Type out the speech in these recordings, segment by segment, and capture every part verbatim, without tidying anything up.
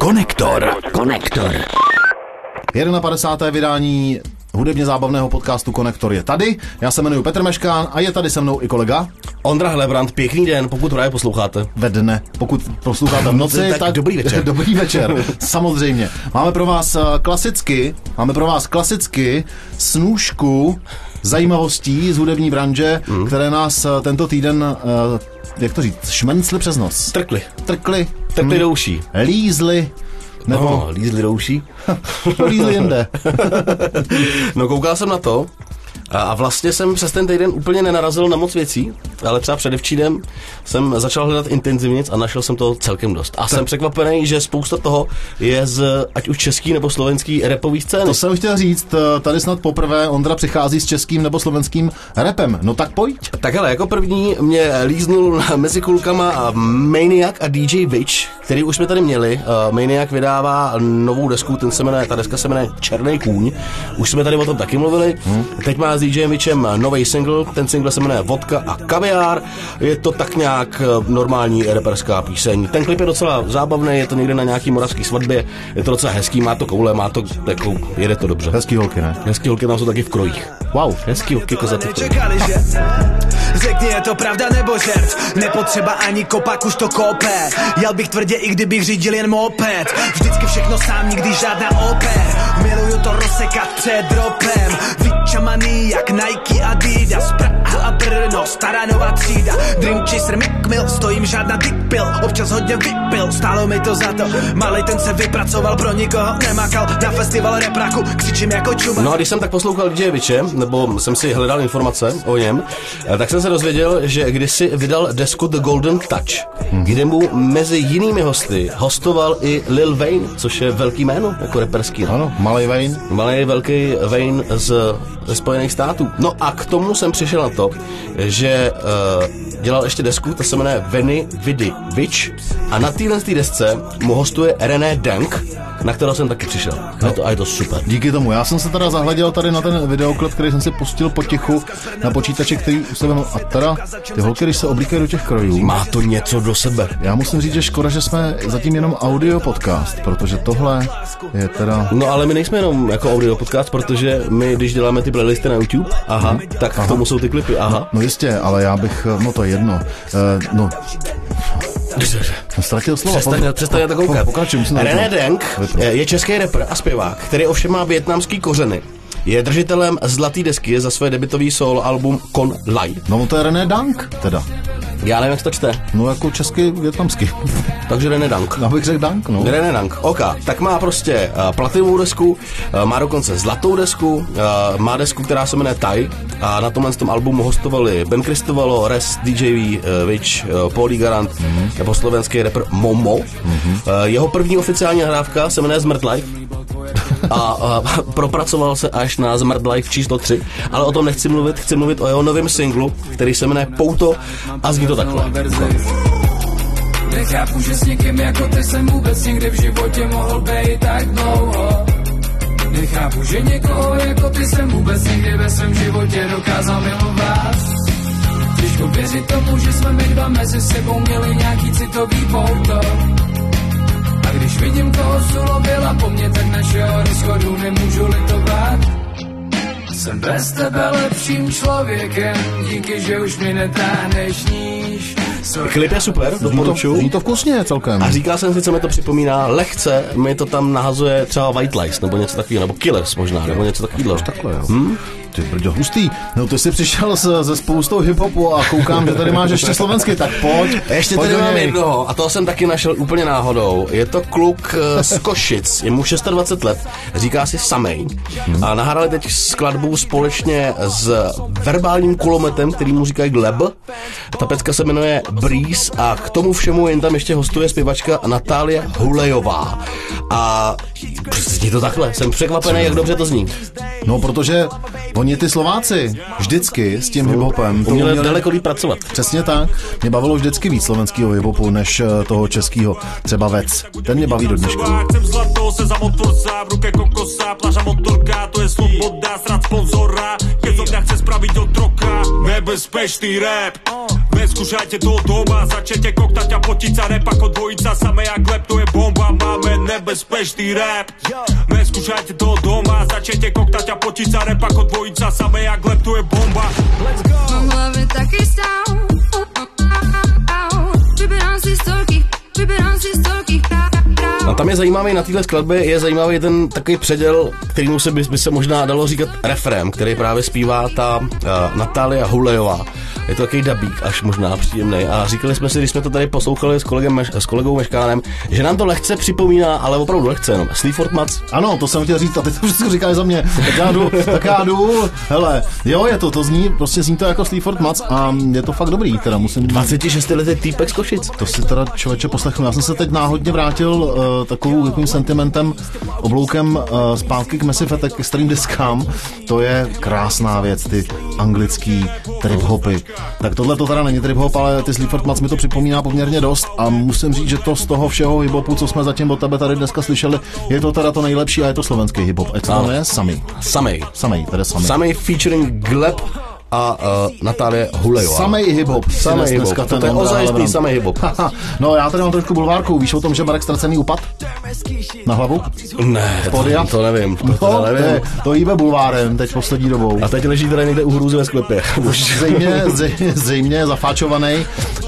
Konektor. Konektor. padesátém první vydání hudebně zábavného podcastu Konektor je tady. Já se jmenuji Petr Meškán a je tady se mnou i kolega Ondra Hlebrant. Pěkný den, pokud právě posloucháte. Ve dne. Pokud posloucháte v noci, tak, tak dobrý večer. Dobrý večer, samozřejmě. Máme pro vás klasicky, máme pro vás klasicky snůšku zajímavostí z hudební branže, mm. které nás tento týden, jak to říct, šmencli přes nos. Trkli. Trkli. Trkli hm. do uší. Lízli. Nebo... No, lízli do uší. Lízli jinde. No, koukal jsem na to a vlastně jsem přes ten týden úplně nenarazil na moc věcí, ale třeba předevčírem jsem začal hledat intenzivnic a našel jsem toho celkem dost. A tak. Jsem překvapený, že spousta toho je z ať už český nebo slovenský rapový scény. To jsem chtěl říct, tady snad poprvé Ondra přichází s českým nebo slovenským rapem. No tak pojď. Tak hele, jako první mě líznul mezi kulkama Maniac a D J Witch, který už jsme tady měli. Maniac vydává novou desku, ten se jmenuje, ta deska se jmenuje Černý kůň. Už jsme tady o tom taky mluvili. Hmm. Teď má s DJem Witchem nový single, ten single se jmenuje Vodka a kaviár. Je to tak nějak normální raperská píseň. Ten klip je docela zábavný, je to někde na nějaký moravský svatbě, je to docela hezký, má to koule, má to jako, jede to dobře. Hezký holky, ne? Hezký holky tam jsou taky v krojích. Wow, hezký holky kozaty. Řekni, je to pravda nebo žert? Nepotřeba ani kopak, už to kope. Jel bych tvrdě, i kdybych řídil jen moped. Vždycky všechno sám, nikdy žádná oper. Miluju to rozsekat před dropem. Vyčamaný jak Nike, Adidas, Praha a Brno, stará nová třída. Dream chaser, Mill, stojím žádná dick pill. Občas hodně vypil, stálo mi to za to. Malej ten se vypracoval, pro nikoho nemakal. Na festival repraku křičím jako čuba. No a když jsem tak poslouchal D J Witche, nebo jsem si hledal informace o něm, tak jsem se dozvěděl, že kdysi vydal desku The Golden Touch, hmm. kde mu mezi jinými hosty hostoval i Lil Wayne, což je velký jméno, jako reperský. Ano, malej Wayne. Malej velký Wayne z, ze Spojených států. No a k tomu jsem přišel na to, že uh, dělal ještě desku, ta se jmenuje Veny Vidy Witch a na téhle desce mu hostuje René Dank, na kterou jsem taky přišel. No. Je to, a je to super. Díky tomu. Já jsem se teda zahleděl tady na ten videoklip, který jsem si pustil potichu na počítači, který u sebe mám. A teda ty holky, když se oblíkají do těch krojů. Má to něco do sebe. Já musím říct, že škoda, že jsme zatím jenom audio podcast, protože tohle je teda... No ale my nejsme jenom jako audio podcast, protože my, když děláme ty playlisty na YouTube, aha, hmm. tak aha. k tomu jsou ty klipy, aha. No jistě, ale já bych, no to je jedno. Uh, no... Jsem ztratil slovo. Přestaň, přestaň to koukat. Pokračuj, René Dank je český rapper a zpěvák, který ovšem má vietnamský kořeny. Je držitelem zlatý desky za své debutový solo album Con Lai. No to je René Dank, teda. Já nevím, jak se to čte. No jako česky, vietnamsky. Takže René Dank. Já bych řekl Dank, no. René Dank, ok. Tak má prostě uh, platinovou desku, uh, má dokonce zlatou desku, uh, má desku, která se jmenuje Tai a na tomhle tom albumu hostovali Ben Kristovalo, Res, D J V, uh, Witch, uh, Paul Garant, mm-hmm. nebo slovenský rapper Momo. Mm-hmm. Uh, jeho první oficiální nahrávka se jmenuje Zmrt Life. A, a propracoval se až na Zmrt Life číslo tři, ale o tom nechci mluvit, chci mluvit o jeho novém singlu, který se jmenuje Pouto a zní to takhle. Nechápu, že s někým jako ty jsem vůbec někdy v životě mohl být tak dlouho. Nechápu, že někoho jako ty jsem vůbec někdy ve svém životě dokázal milovat. Těžko věřit tomu, že jsme my dva mezi sebou měli nějaký citový pouto. A když vidím, koho zulovila po mně, tak našeho rozchodu nemůžu litovat. Jsem bez tebe lepším člověkem, díky, že už mi netáhneš níž. Klip je super, doporučuji. Zní to vkusně celkem. A říkal jsem si, co mi to připomíná. Lehce mi to tam nahazuje třeba White Lies, nebo něco takového, nebo Killers možná, nebo něco takového. Takhle, jo. Hm? Ty brďo, hustý. No ty jsi přišel se, se spoustou hiphopu a koukám, že tady máš ještě slovenský, tak pojď. Ještě pojď tady mám jednoho a toho jsem taky našel úplně náhodou. Je to kluk z Košic, je mu dvacet šest let, říká si Samej hmm. a nahrali teď skladbu společně s verbálním kulometem, který mu říkají Gleb. Ta pecka se jmenuje Breeze a k tomu všemu jen tam ještě hostuje zpěvačka Natália Hulejová. A zní to takhle, jsem překvapený, jak dobře to zní. No, protože oni ty Slováci vždycky s tím hiphopem to měli daleko líp pracovat. Přesně tak. Mě bavilo vždycky víc slovenského hiphopu než toho českého. Třeba Vec. Ten mě baví do dneška. Chcem zlato, se za motorca, v ruke kokosa, plaža motorka, to je sloboda, srad sponzora, keď zo mňa chce spraviť otroka. Nebezpečný rap, neskúšajte to doma, začnete koktať a potiť sa, rap ako dvojica, samé jak lep, to je bomba, máme nebe úspešný rap. Neskúšajte to doma, začnete koktať a potiť sa rap ako dvojica, samé jak lep, tu je bomba. Mám hlavě taky stál, vybírám si stovky, vybírám si stovky. A tam je zajímavý, na téhle skladbě je zajímavý ten takový předěl, kterýmu se by, by se možná dalo říkat refrém, který právě zpívá ta uh, Natália Hulejová. Je to takový dabík, až možná příjemný. A říkali jsme si, když jsme to tady poslouchali s, kolegem, s kolegou Meškánem, že nám to lehce připomíná, ale opravdu lehce jenom. Sleaford Mats. Ano, to jsem chtěl říct, a ty to všechno říkáš za mě. Tak já jdu, tak já jdu. Hele, jo, je to, to zní, prostě zní to jako Sleaford Mats a je to fakt dobrý, teda musím... dvacet šest letý týpek z Košic. To si teda člověče poslechnu. Já jsem se teď náhodně vrátil uh, takovou takovým sentimentem, obloukem uh, zpátky k Massive Attack, k starým diskám. To je krásná věc, ty anglický trip-hopy. Tak tohle to teda není trip-hop, ale ty Sleaford Mats mi to připomíná poměrně dost a musím říct, že to z toho všeho hip-hopu, co jsme zatím od tebe tady dneska slyšeli, je to teda to nejlepší a je to slovenský hip-hop. A co to je? Samej. Samej. Samej, teda Samej. Samej featuring Gleb a uh, Natálie Hulejová. Samej hip-hop. Samej hip-hop. To je ozajistný samej hip-hop. No já tady mám trošku bulvárkou. Víš o tom, že Marek Ztracený upad? Na hlavu? Ne, to, to nevím. To, to no, nevím. Ne, to jíbe bulvárem teď poslední dobou. A teď leží tady někde u hrůzy ve sklepě. Už zřejmě, zřejmě zafáčovanej,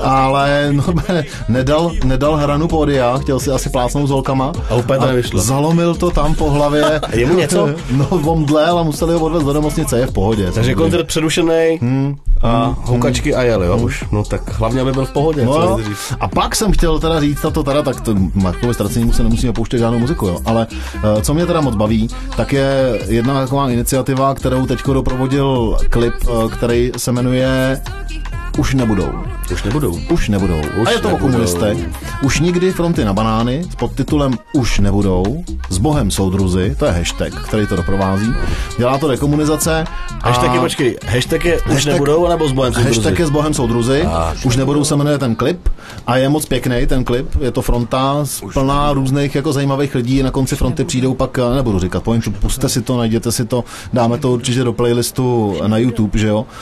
ale no, nedal, nedal hranu pódia, chtěl si asi plácnout s holkama. A úplně to nevyšlo. Zalomil to tam po hlavě. Je mu něco? No, omdlel a museli ho odvést do nemocnice, je v pohodě. Takže koncert přerušený hmm, a hmm, houkačky a jel, jo, hmm. už. No tak hlavně, aby byl v pohodě. No, co a pak jsem chtěl teda říct, to teda, tak to Markovi Ztracenému se nemusíme pouštět žádnou muziku, jo. Ale uh, co mě teda moc baví, tak je jedna taková iniciativa, kterou teďko doprovodil klip, uh, který se jmenuje Už nebudou. Už nebudou. Už nebudou. Už a je to o komunistech. Už nikdy fronty na banány s podtitulem Už nebudou. S Bohem soudruzi, to je hashtag, který to doprovází. Dělá to dekomunizace. A hashtag je, počkej, hashtag je hashtag, Už nebudou, nebo s Bohem soudruzi? Hashtag je s Bohem soudruzi. A, Už nebudou se jmenuje ten klip. A je moc pěkný ten klip. Je to fronta plná různých jako zajímavých lidí. Na konci fronty přijdou pak, nebudu říkat, povím, puste si to, najděte si to, dáme to určitě do playlistu na YouTube, že jo.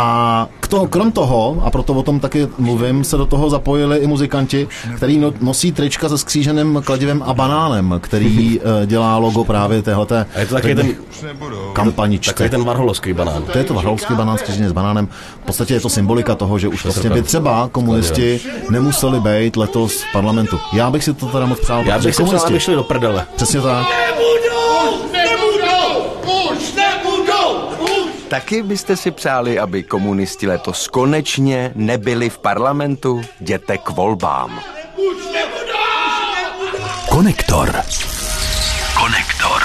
A k to, krom toho, a proto o tom taky mluvím, se do toho zapojili i muzikanti, který no, nosí trička se skříženým kladivem a banánem, který uh, dělá logo právě téhleté. A je to taky ten kampaničce. Takový ten varholovský banán. To je to varholovský banán skřížený s banánem. V podstatě je to symbolika toho, že už vlastně by třeba komunisti nemuseli být letos v parlamentu. Já bych si to teda moc přál. Já bych si přál, aby šli do prdele. Přesně tak. Taky byste si přáli, aby komunisti letos konečně nebyli v parlamentu? Jděte k volbám. Konektor. Konektor.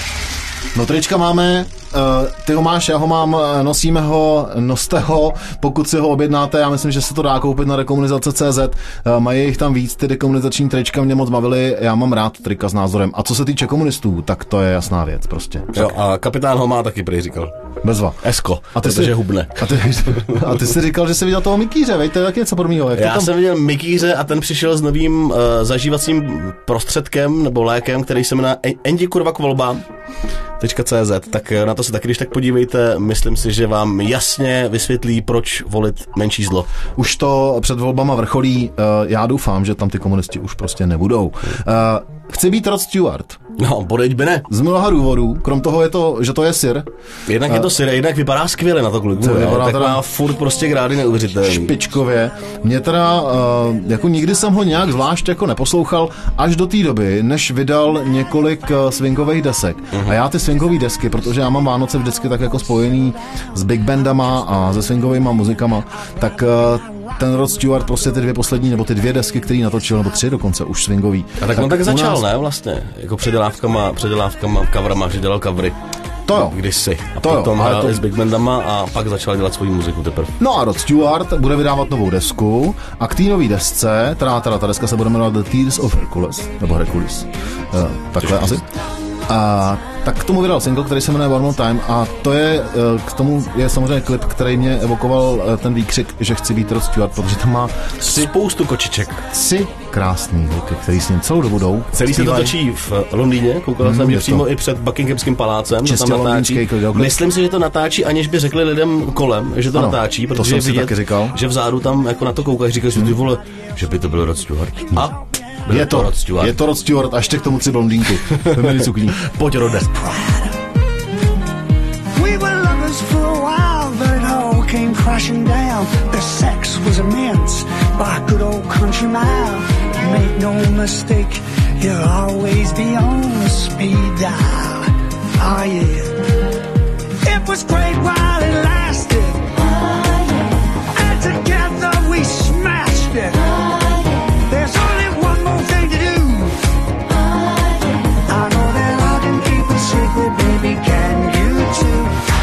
No trička máme, uh, ty ho máš, já ho mám, nosíme ho, noste ho, pokud si ho objednáte, já myslím, že se to dá koupit na dekomunizace tečka cé zet, uh, mají jich tam víc, ty dekomunizační trička mě moc bavily, já mám rád trika s názorem. A co se týče komunistů, tak to je jasná věc prostě. Jo, a kapitán ho má taky, prý říkal. Bezva. Esko, a ty protože jsi, hubne. A ty, a ty jsi říkal, že jsi viděl toho Mikýře, veď, to je taky něco podobného. Já tam... jsem viděl Mikýře a ten přišel s novým uh, zažívacím prostředkem nebo lékem, který se jmenuje Endi kurva k volbám. .cz, tak na to se taky když tak podívejte, myslím si, že vám jasně vysvětlí, proč volit menší zlo. Už to před volbama vrcholí, já doufám, že tam ty komunisti už prostě nebudou. Chci být Rod Stewart. No, bodejť by ne. Z mnoha důvodů, krom toho je to, že to je syr. Jednak je to syr, jednak vypadá skvěle na to klipu, tak teda má furt prostě grády neuvěřitelný. Špičkově. Mě teda, uh, jako nikdy jsem ho nějak zvlášť jako neposlouchal, až do té doby, než vydal několik uh, swingových desek. Uh-huh. A já ty swingové desky, protože já mám Vánoce vždycky tak jako spojený s big bandama a se swingovýma muzikama, tak uh, ten Rod Stewart prostě ty dvě poslední, nebo ty dvě desky, který natočil, nebo tři dokonce, už swingový. A tak, tak on tak začal, nás... ne, vlastně, jako předělávkama, předělávkama, coverama, že dělal covery. To jo. Kdysi. A to potom hrál to... s big bandama a pak začal dělat svoji muziku teprve. No a Rod Stewart bude vydávat novou desku a k té nový desce, teda, teda ta deska se bude jmenovat The Tears of Hercules, nebo Hercules. Uh, takhle asi. A tak k tomu vydal single, který se jmenuje One More Time a to je, k tomu je samozřejmě klip, který mě evokoval ten výkřik, že chci být Rod Stewart, protože tam má tři, spoustu kočiček. Tři krásný holky, který s ním celou dobu jdou. Celý se to točí v Londýně, koukal jsem hmm, přímo to. I před Buckinghamským palácem. Čistě londýnský klip. Myslím si, že to natáčí, aniž by řekli lidem kolem, že to ano, natáčí, protože to je vidět, že vzadu tam jako na to koukají, říkají si, ty vole, že by to byl Rod Stewart. Hmm. A Je to, Rod Stewart. je to Rod Stewart a ještě k tomu tři blondýnky. Vyměli cukní. Pojď, Rode. We were lovers for a while, but it all came crashing down. The sex was immense, by good old country mile. Make no mistake, you'll always be on speed dial. Oh yeah. It was great while it lasted. Oh yeah. And together we smashed it. Oh yeah. There's only one more thing to do. Oh yeah. I know that I can keep it secret, baby, can you too?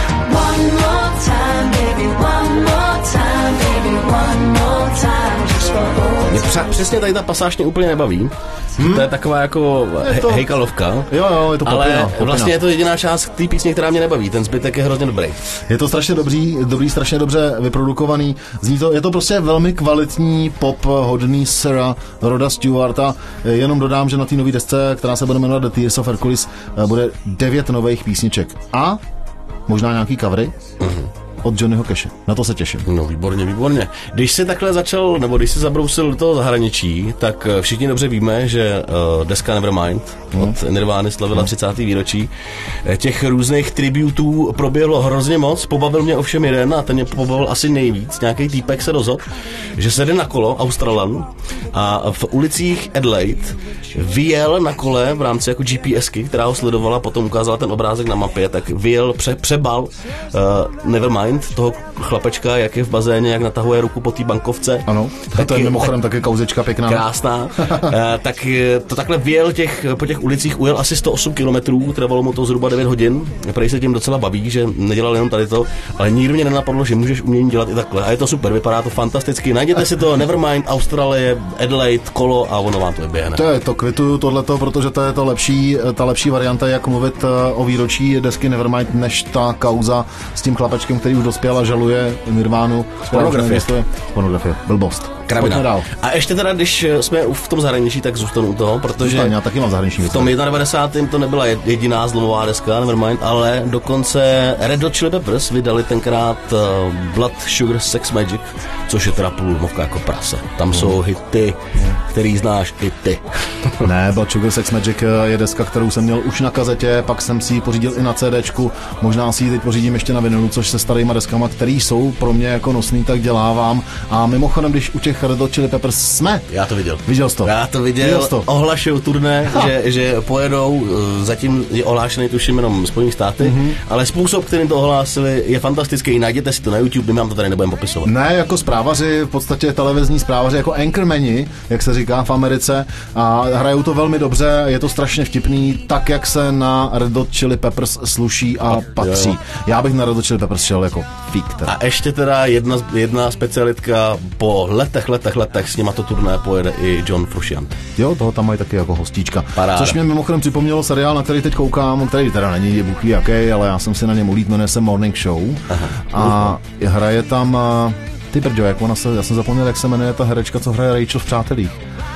One more time, baby, one more time, baby, one more time, just for old. Mě pře- přesně tady ta pasáž mě úplně nebaví. Hmm? To je taková jako he- to... hejkalovka. Jo, jo, je to popina, ale popina. vlastně je to jediná část té písně, která mě nebaví. Ten zbytek je hrozně dobrý. Je to strašně dobrý, dobrý, strašně dobře vyprodukovaný. Zní to, je to prostě velmi kvalitní pop hodný Sira Roda Stewarta. Jenom dodám, že na té nové desce, která se bude jmenovat The Tears of Hercules, bude devět nových písniček. A možná nějaký covery. Mm-hmm. Od Johnnyho Cashe. Na to se těším. No výborně, výborně. Když jsi takhle začal, nebo když jsi zabrousil do toho zahraničí, tak všichni dobře víme, že uh, deska Nevermind hmm. od Nirvány slavila hmm. třicáté výročí. Těch různých tributů proběhlo hrozně moc, pobavil mě ovšem jeden a ten mě pobavil asi nejvíc. Nějaký týpek se rozhodl, že se jde na kolo, Australan, a v ulicích Adelaide vyjel na kole v rámci jako GPSky, která ho sledovala, potom ukázala ten obrázek na mapě, tak vyjel, pře, přebal uh, Nevermind toho chlapečka, jak je v bazéně, jak natahuje ruku po té bankovce. Ano, a to je mimochodem taky kauzečka pěkná. Krásná. e, tak to takhle vyjel těch, po těch ulicích, ujel asi sto osm kilometrů, trvalo mu to zhruba devět hodin. Prej se tím docela baví, že nedělal jenom tady to, ale nikdy mě nenapadlo, že můžeš umění dělat i takhle. A je to super, vypadá to fantasticky. Najděte si to, Nevermind, Austrálie, Adelaide, kolo a ono vám to vyběhne. To je to, kvituju tohleto, protože to je to lepší, ta lepší varianta, jak mluvit o výročí desky Nevermind, než ta kauza s tím chlapečkem, který už dospěl a žaluje Nirvánu. Pornografie. Pornografie. Blbost. Kravina. A ještě teda, když jsme v tom zahraničí, tak zůstanu u toho, protože Zůstaň, já taky mám zahraniční v tom devadesátém prvním to nebyla jediná zlomová deska, Nevermind, ale dokonce Red Hot Chili Peppers vydali tenkrát uh, Blood Sugar Sex Magic, což je teda půlmovka jako prase. Tam mm. jsou hity, mm. který znáš i ty. Ne, Blood Sugar Sex Magic je deska, kterou jsem měl už na kazetě, pak jsem si ji pořídil i na CDčku, možná si ji teď pořídím ještě na vinylu, což se starýma deskama, který jsou pro mě jako nosný, tak dělávám. A mimochodem, když u těch Red Hot Chili Peppers jsme. Já to viděl. Viděl jsi to? Já to viděl. To. Ohlašují turné, že, že pojedou, zatím je ohlášený tuším jenom Spojené státy, mm-hmm. ale způsob, kterým to ohlásili, je fantastický. Najděte si to na YouTube, my vám to tady nebudeme popisovat. Ne, jako zprávaři, v podstatě televizní zprávaři, jako anchormani, jak se říká v Americe, a hrajou to velmi dobře, je to strašně vtipný, tak jak se na Red Hot Chili Peppers sluší a patří. Jo. Já bych na Red Hot Chili Peppers šel jako fík. Teda. A ještě teda jedna, jedna specialitka, po letech, letech, letech s nima to turné pojede i John Frusciante. Jo, toho tam mají taky jako hostička. Paráda. Což mě mimochodem připomnělo seriál, na který teď koukám, který teda není buchví jaký, ale já jsem si na něm ulít, jmenuje se Morning Show. Aha, a hraje tam, ty brďo, jak ona se, já jsem zapomněl, jak se jmenuje ta herečka, co hraje Rachel v Přátelích.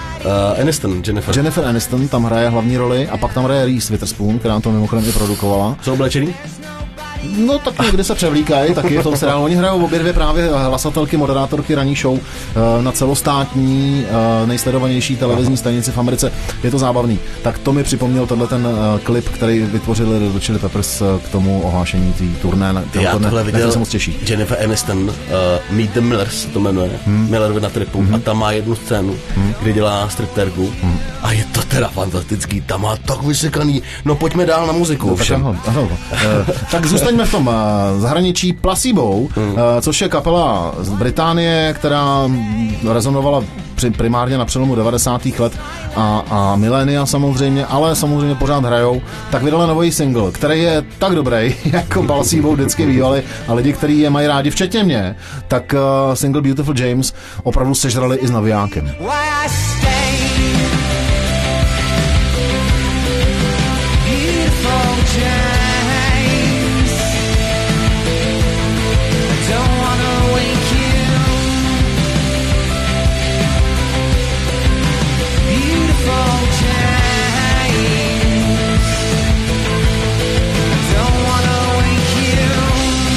Uh, Aniston, Jennifer. Jennifer Aniston tam hraje hlavní roli a pak tam hraje Reese Witherspoon, která to mimochodem i produkovala. Jsou oblečený? No tak někdy se převlíkají, taky v tom seriálu. Oni hrajou obě dvě právě hlasatelky, moderátorky ranní show na celostátní nejsledovanější televizní stanici v Americe. Je to zábavný. Tak to mi připomněl tenhle ten klip, který vytvořili Red Hot Chili Peppers k tomu ohlášení té turné. Já tohle viděl, se moc těší. Jennifer Aniston, uh, Meet the Millers to jmenuje, hmm. Millerovi na tripu, hmm. a tam má jednu scénu, hmm. kdy dělá stripterku hmm. a je to teda fantastický, tam má tak vysekaný. No pojďme dál na muziku. No, tak, ahoj, ahoj. uh, tak zůstaňme v tom uh, zahraničí Placebo, hmm. uh, což je kapela z Británie, která rezonovala při, primárně na přelomu devadesátých let a, a milénia samozřejmě, ale samozřejmě pořád hrajou, tak vydala nový single, který je tak dobrý, jako Placebo vždycky bývali, a lidi, kteří je mají rádi, včetně mě, tak uh, single Beautiful James opravdu sežrali i s navijákem.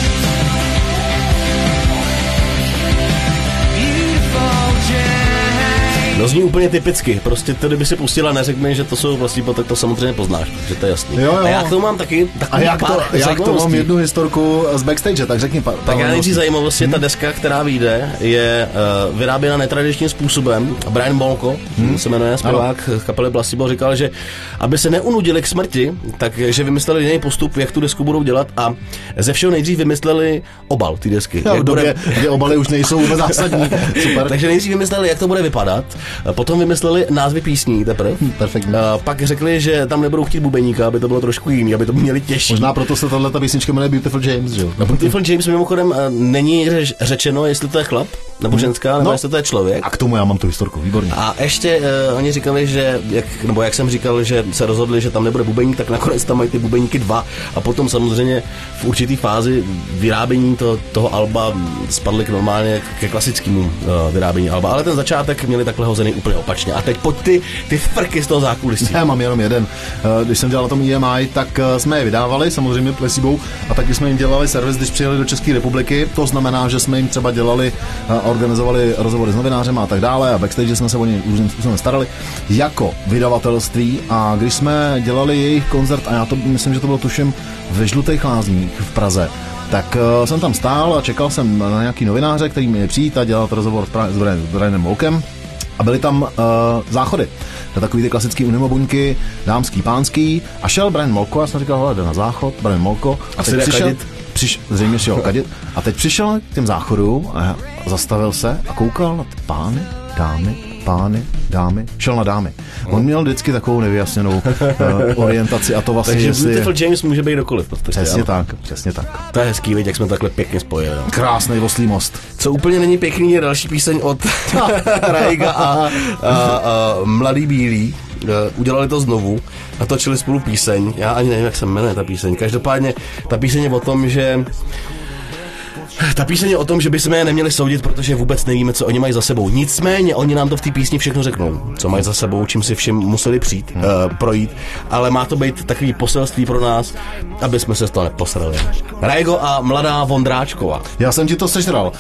No zní úplně typicky, prostě to, kdyby si pustila, neřekne, že to jsou vlastně, tak to samozřejmě poznáš, že to je jasný. Jo, jo. A já k tomu mám taky A jak to, jak to mám jednu historku z backstage, tak řekni pa, Tak já nejdřív zajímavost je ta deska, která vyjde, je uh, vyráběna netradičním způsobem. Brian Molko, hmm. se jmenuje zpěvák kapely Placebo, říkal, že aby se neunudili k smrti, takže vymysleli jiný postup, jak tu desku budou dělat a ze všeho nejdřív vymysleli obal ty desky. Jo, jak v době, bude... kdy obaly už nejsou vůbec zásadní. Super. Takže nejdřív vymysleli, jak to bude vypadat, potom vymysleli názvy písní teprve. Hm, perfektní. Pak řekli, že tam nebudou chtít bubeníka, aby to bylo trošku jiný, aby to měli těžší. Možná proto se tahle písnička jmenuje Beautiful James, že jo? No, Beautiful James mimochodem není řečeno, jestli to je chlap, nebo ženská, nebo no. jestli to je člověk. A k tomu já mám tu historku, výborně. A ještě uh, oni říkali, že, jak, nebo jak jsem říkal, že se rozhodli, že tam nebude bubeník, tak nakonec tam mají ty bubeníky dva a potom samozřejmě v určitý fázi vyrábění to, toho alba spadly k normálně ke klasickému uh, vyrábění alba, ale ten začátek měli takhle hozený úplně opačně. A teď pojď ty, ty frky z toho zákulisí. Já mám jenom jeden. Když jsem dělal na tom E M I, tak jsme je vydávali, samozřejmě Placebo, a taky jsme jim dělali servis, když přijeli do České republiky. To znamená, že jsme jim třeba dělali a organizovali rozhovory s novinářem a tak dále a backstage jsme se o ně různým způsobem starali jako vydavatelství. A když jsme dělali jejich koncert, a já to myslím, že to bylo tuším ve Žlutých Lázních v Praze, tak uh, jsem tam stál a čekal jsem na nějaký novináře, který měl přijít a dělat rozhovor s Brianem Molkem. A byly tam uh, záchody. To takový ty klasický unimobuňky, dámský, pánský. A šel Brian Molko, já jsem říkal, hele, jde na záchod, Brian Molko. A teď přišel, přiš, zřejmě šel kadit. A teď přišel k těm záchodům a zastavil se a koukal na ty pány, dámy, pány, dámy, šel na dámy. On měl vždycky takovou nevyjasněnou uh, orientaci a to vlastně, takže jestli... Beautiful James může být kdokoliv. Přesně tak, přesně tak. To je hezký, vidět, jak jsme takhle pěkně spojili. No. Krásný oslý most. Co úplně není pěkný, je další píseň od Raiga a, a, a Mladý bílý. Udělali to znovu, natočili spolu píseň. Já ani nevím, jak se jmenuje ta píseň. Každopádně ta píseň je o tom, že Ta píseň je o tom, že bychom je neměli soudit, protože vůbec nevíme, co oni mají za sebou. Nicméně oni nám to v té písni všechno řeknou, co mají za sebou, čím si všem museli přijít, hmm. uh, projít, ale má to být takový poselství pro nás, aby jsme se z toho neposrali. Raigo a Mladá Vondráčková. Já jsem ti to sežral.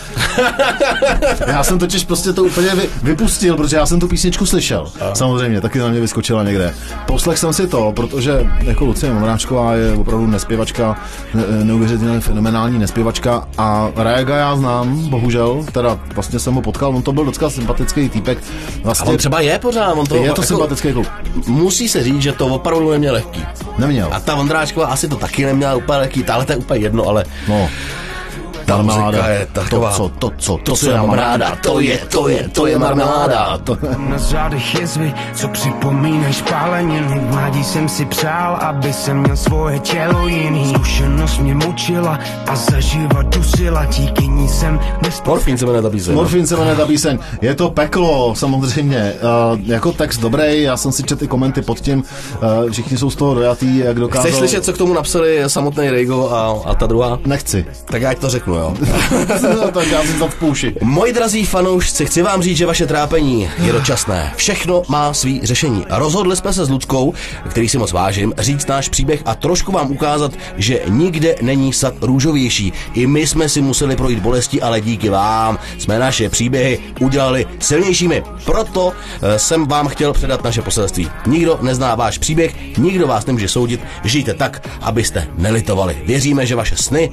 Já jsem totiž prostě to úplně vy, vypustil, protože já jsem tu písničku slyšel. A. Samozřejmě, taky na mě vyskočila někde. Poslech jsem si to, protože jako Lucie Vondráčková je opravdu nespěvačka, ne, neuvěřitelně fenomenální nespěvačka a Raiga já znám, bohužel, teda vlastně jsem ho potkal, on to byl docela sympatický týpek. Vlastně, a on třeba je pořád, on to je to jako, sympatický kluk. Musí se říct, že to opravdu neměl lehký. Neměl. A ta Vondráčková asi to taky neměla úplně lehký, ale to je úplně jedno, ale... No. Ta marmeláda je taková, to, co, to, co, to, to, co já mám ráda, to je, to je, to je marmeláda. To... Na řádech jezvy, co připomínají spáleninu. Mládí jsem si přál, aby jsem měl svoje tělo jiný. Zkušenost mě mučila a zaživa dusila, díky ní jsem bez... Morfín se jmenuje ta píseň. Morfín se jmenuje ta píseň. Je to peklo, samozřejmě. Uh, jako text dobrý, já jsem si četl i komenty pod tím, uh, všichni jsou z toho dojatý, jak dokázal... Chceš slyšet, co k tomu napsali samotný Raigo a, a ta druhá? Nechci. Tak já to řeknu, jo. No, tak já jsem to v půši. Moji drazí fanoušci, chci vám říct, že vaše trápení je dočasné. Všechno má svý řešení. Rozhodli jsme se s Luckou, který si moc vážím, říct náš příběh a trošku vám ukázat, že nikde není sad růžovější. I my jsme si museli projít bolesti, ale díky vám jsme naše příběhy udělali silnějšími. Proto jsem vám chtěl předat naše poselství. Nikdo nezná váš příběh, nikdo vás nemůže soudit. Žijte tak, abyste nelitovali. Věříme, že vaše sny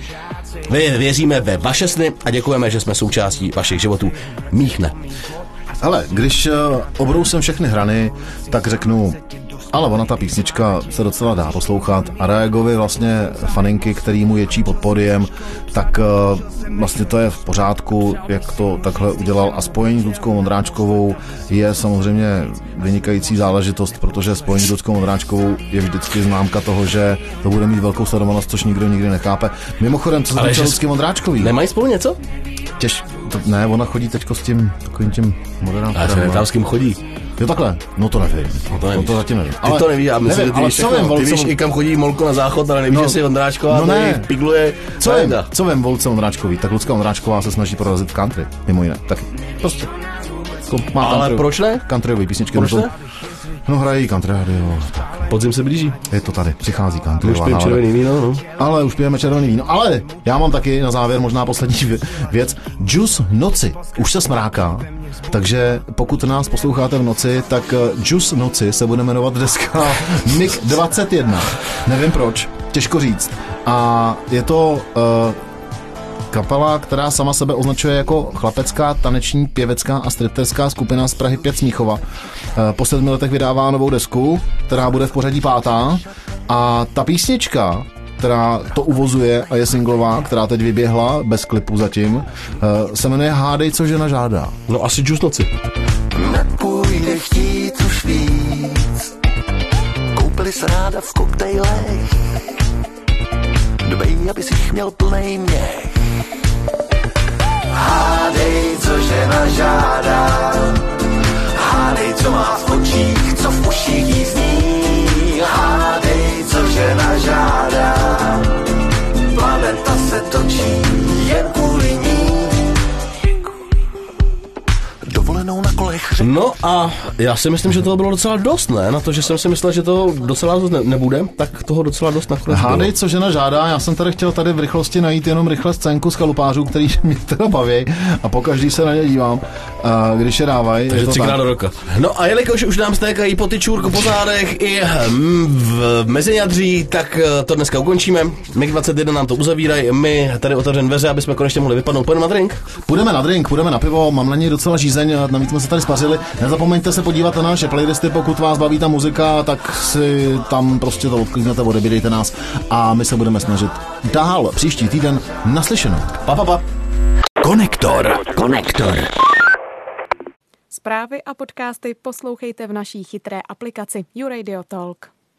Vy věříme ve vaše sny a děkujeme, že jsme součástí vašich životů. Mých ne. Ale když uh, obrousím všechny hrany, tak řeknu, ale ona ta písnička se docela dá poslouchat a Raigovi vlastně faninky, který mu ječí pod pódiem, tak uh, vlastně to je v pořádku, jak to takhle udělal a spojení s Luckou Vondráčkovou je samozřejmě vynikající záležitost, protože spojení s Luckou Vondráčkovou je vždycky známka toho, že to bude mít velkou sledovanost, což nikdo nikdy nechápe. Mimochodem, co se týče Lucky Vondráčkový? Nemají spolu něco? Těž, to, ne, ona chodí teďko s tím takovým tím moderátorem. A se tam s kým chodí? Jo takhle, no to nevím. No to, no to zatím nevím. Ty ale, to nevíš, já myslím, nevím, že ty víš, všechno. Ty víš, i kam chodí Molko na záchod, ale nevíš, no, že si Vondráčková, no ne. pigluje. Co vím, co vím Volce Vondráčkový, tak Lucka Vondráčková se snaží prorazit v country, mimo jiné, taky. Prostě. Má ale country, proč ne? Countryový písničky. Proč ne? No hrají country radio. Podzim se blíží. Je to tady, přichází country. Už pijeme červený víno, no. Ale už pijeme červený víno. Ale já mám taky na závěr možná poslední věc. Juice noci. Už se smráká. Takže pokud nás posloucháte v noci, tak Juice noci se bude jmenovat deska M I G dvacet jedna. Nevím proč, těžko říct. A je to uh, kapela, která sama sebe označuje jako chlapecká, taneční, pěvecká a stripterská skupina z Prahy pět Smíchova. Uh, po sedmi letech vydává novou desku, která bude v pořadí pátá. A ta písnička, která to uvozuje a je singlová, která teď vyběhla, bez klipu zatím, uh, se jmenuje Hádej, co žena žádá. No asi Juice noci. Nepůjde chtít už víc, koupili se ráda v koktejlech, dbej, aby si měl plnej měch. Hádej, co žena žádá, hádej, co má v očích, co v uších jí zní. Hádej, co žena žádá, planeta se točí jen kvůli ní. Dovolenou na kolech. No a já si myslím, že toho bylo docela dost, ne? Na to, že jsem si myslel, že to docela dost ne- nebude, tak toho docela dost nakonec bylo. Hádej, co žena žádá, já jsem tady chtěl tady v rychlosti najít jenom rychle scénku z chalupářů, který mě teda baví a pokaždý se na ně dívám, když je dávají. Takže třikrát do roka. No a jelikož už nám stékají po tyčůrku, po zádech i v meziňadří, tak to dneska ukončíme. M I G dvacet jedna nám to uzavírají, my tady otevřeme dveře, aby jsme konečně mohli vypadnout. Půjdeme na drink? Půjdeme na drink, půjdeme na pivo, mám na něj docela žízeň, navíc jsme se tady spařili. Nezapomeňte se podívat na naše playlisty, pokud vás baví ta muzika, tak si tam prostě to odkliknete, odebírejte nás a my se budeme snažit dál příští týden naslyšenou. Pa, pa, pa. Konektor. Konektor. Zprávy a podcasty poslouchejte v naší chytré aplikaci YouRadio Talk.